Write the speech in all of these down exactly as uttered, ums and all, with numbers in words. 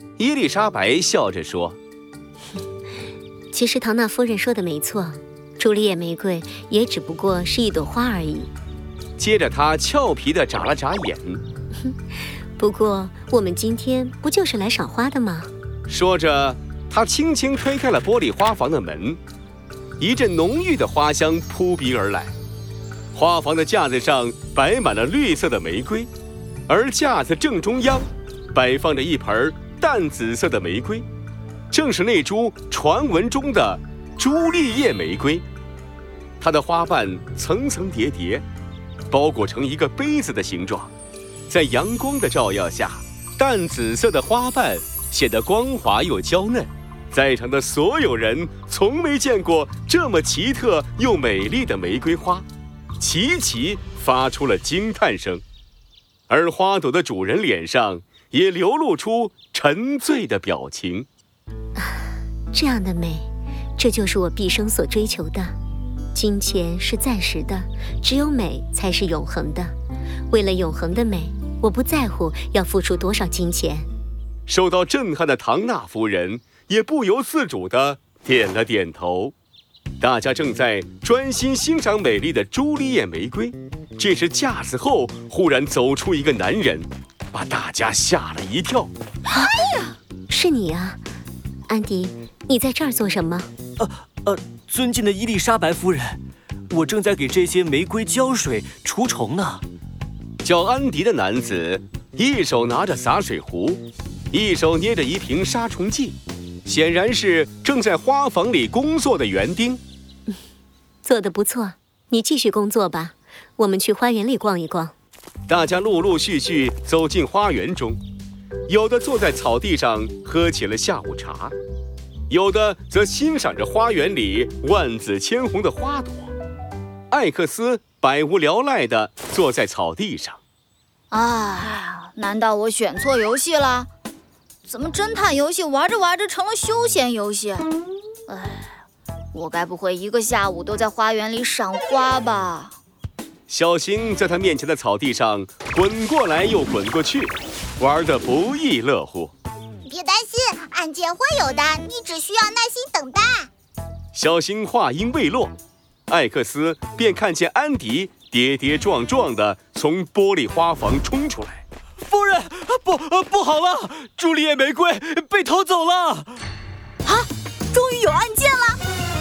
伊丽莎白笑着说： 其实唐纳夫人说的没错，朱丽叶玫瑰也只不过是一朵花而已。 接着她俏皮地眨了眨眼。 不过我们今天不就是来赏花的吗？ 说着，她轻轻推开了玻璃花房的门，一阵浓郁的花香扑鼻而来。花房的架子上摆满了绿色的玫瑰，而架子正中央摆放着一盆淡紫色的玫瑰，正是那株传闻中的朱丽叶玫瑰。它的花瓣层层叠叠，包裹成一个杯子的形状，在阳光的照耀下，淡紫色的花瓣显得光滑又娇嫩。在场的所有人从没见过这么奇特又美丽的玫瑰花，齐齐发出了惊叹声，而花朵的主人脸上也流露出沉醉的表情。 这样的美，这就是我毕生所追求的。金钱是暂时的，只有美才是永恒的。为了永恒的美，我不在乎要付出多少金钱。 受到震撼的唐纳夫人也不由自主地点了点头。大家正在专心欣赏美丽的朱丽叶玫瑰，这时架子后忽然走出一个男人，把大家吓了一跳。 哎呀，是你啊，安迪，你在这儿做什么？ 呃呃，尊敬的伊丽莎白夫人，我正在给这些玫瑰浇水除虫呢。 叫安迪的男子一手拿着洒水壶，一手捏着一瓶杀虫剂，显然是正在花房里工作的园丁。 做得不错，你继续工作吧，我们去花园里逛一逛。 大家陆陆续续走进花园中，有的坐在草地上喝起了下午茶，有的则欣赏着花园里万紫千红的花朵。艾克斯百无聊赖地坐在草地上。 啊，难道我选错游戏了？怎么侦探游戏玩着玩着成了休闲游戏？哎，我该不会一个下午都在花园里赏花吧？ 小新在他面前的草地上滚过来又滚过去，玩得不亦乐乎。 别担心，案件会有的，你只需要耐心等待。 小新话音未落，艾克斯便看见安迪跌跌撞撞地从玻璃花房冲出来。 夫人，不，不好了，朱丽叶玫瑰被偷走了！ 啊，终于有案件了！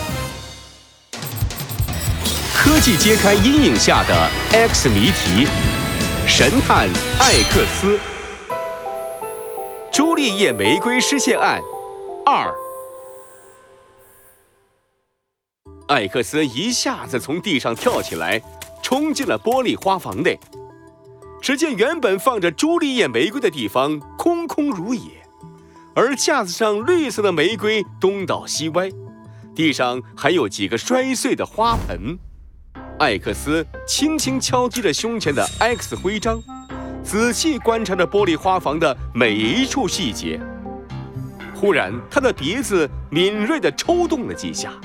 科技揭开阴影下的 X 谜题，神探艾克斯，朱丽叶玫瑰失窃案二。艾克斯一下子从地上跳起来，冲进了玻璃花房内。只见原本放着朱丽叶玫瑰的地方空空如也，而架子上绿色的玫瑰东倒西歪，地上还有几个摔碎的花盆。艾克斯轻轻敲击着胸前的 X 徽章，仔细观察着玻璃花房的每一处细节。忽然，他的鼻子敏锐地抽动了几下。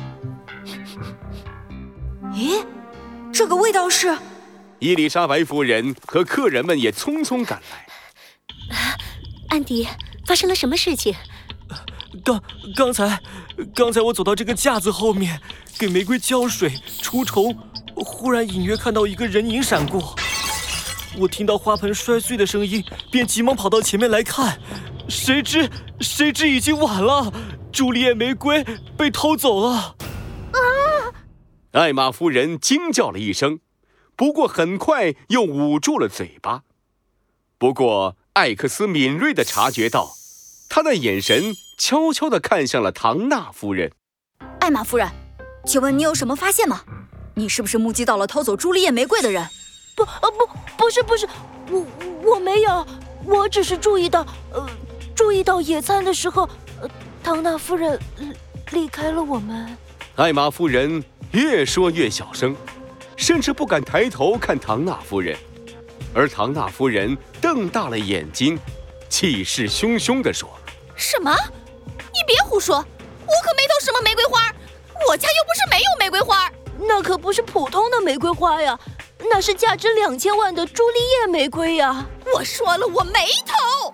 咦，这个味道是…… 伊丽莎白夫人和客人们也匆匆赶来。 安迪，发生了什么事情？ 刚刚才，刚才我走到这个架子后面，给玫瑰浇水除虫，忽然隐约看到一个人影闪过。我听到花盆摔碎的声音，便急忙跑到前面来看，谁知谁知已经晚了，朱丽叶玫瑰被偷走了。 啊！ 艾玛夫人惊叫了一声，不过很快又捂住了嘴巴。不过艾克斯敏锐地察觉到，他的眼神悄悄地看向了唐纳夫人。 艾玛夫人，请问你有什么发现吗？你是不是目击到了偷走朱丽叶玫瑰的人？ 不，呃，不，不是，不是，我我没有，我只是注意到，呃，注意到野餐的时候，呃，唐纳夫人离开了我们。 艾玛夫人越说越小声，甚至不敢抬头看唐纳夫人，而唐纳夫人瞪大了眼睛，气势汹汹地说：“ 什么？你别胡说，我可没偷什么玫瑰花，我家又不是没有玫瑰花。 那可不是普通的玫瑰花呀，那是价值两千万的朱丽叶玫瑰呀！ 我说了，我没偷。”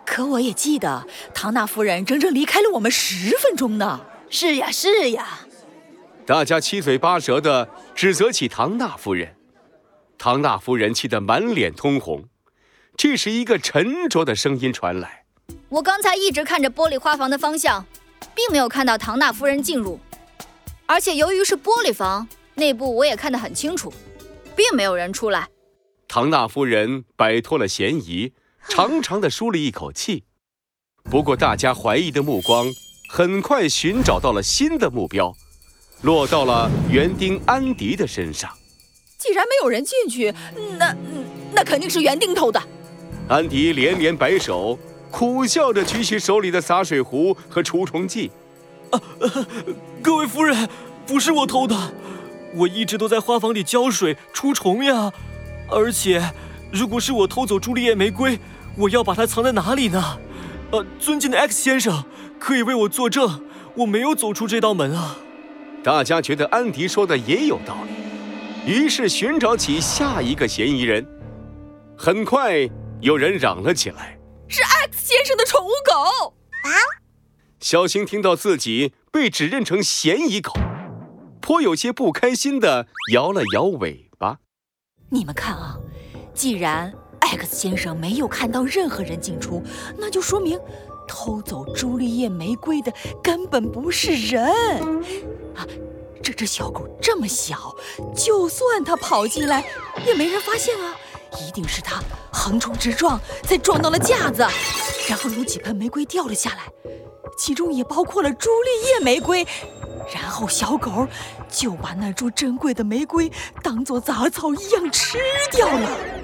可我也记得，唐纳夫人整整离开了我们十分钟呢。 是呀，是呀。 大家七嘴八舌地指责起唐纳夫人。唐纳夫人气得满脸通红。这时，一个沉着的声音传来：“ 我刚才一直看着玻璃花房的方向，并没有看到唐纳夫人进入。而且由于是玻璃房，内部我也看得很清楚，并没有人出来。” 唐纳夫人摆脱了嫌疑，长长地舒了一口气。不过，大家怀疑的目光很快寻找到了新的目标，落到了园丁安迪的身上。 既然没有人进去，那那肯定是园丁偷的。 安迪连连摆手，苦笑着举起手里的洒水壶和除虫剂。 啊呃、各位夫人，不是我偷的，我一直都在花房里浇水除虫呀。而且，如果是我偷走朱丽叶玫瑰，我要把它藏在哪里呢？呃，尊敬的 X 先生，可以为我作证，我没有走出这道门啊。 大家觉得安迪说的也有道理，于是寻找起下一个嫌疑人。很快，有人嚷了起来：“ 是 X 先生的宠物狗！” 啊！ 小星听到自己被指认成嫌疑狗，颇有些不开心地摇了摇尾巴。 你们看啊，既然 X 先生没有看到任何人进出，那就说明偷走朱丽叶玫瑰的根本不是人啊！这只小狗这么小，就算它跑进来，也没人发现啊！一定是它横冲直撞，才撞到了架子，然后有几盆玫瑰掉了下来，其中也包括了朱丽叶玫瑰。然后小狗就把那株珍贵的玫瑰当作杂草一样吃掉了。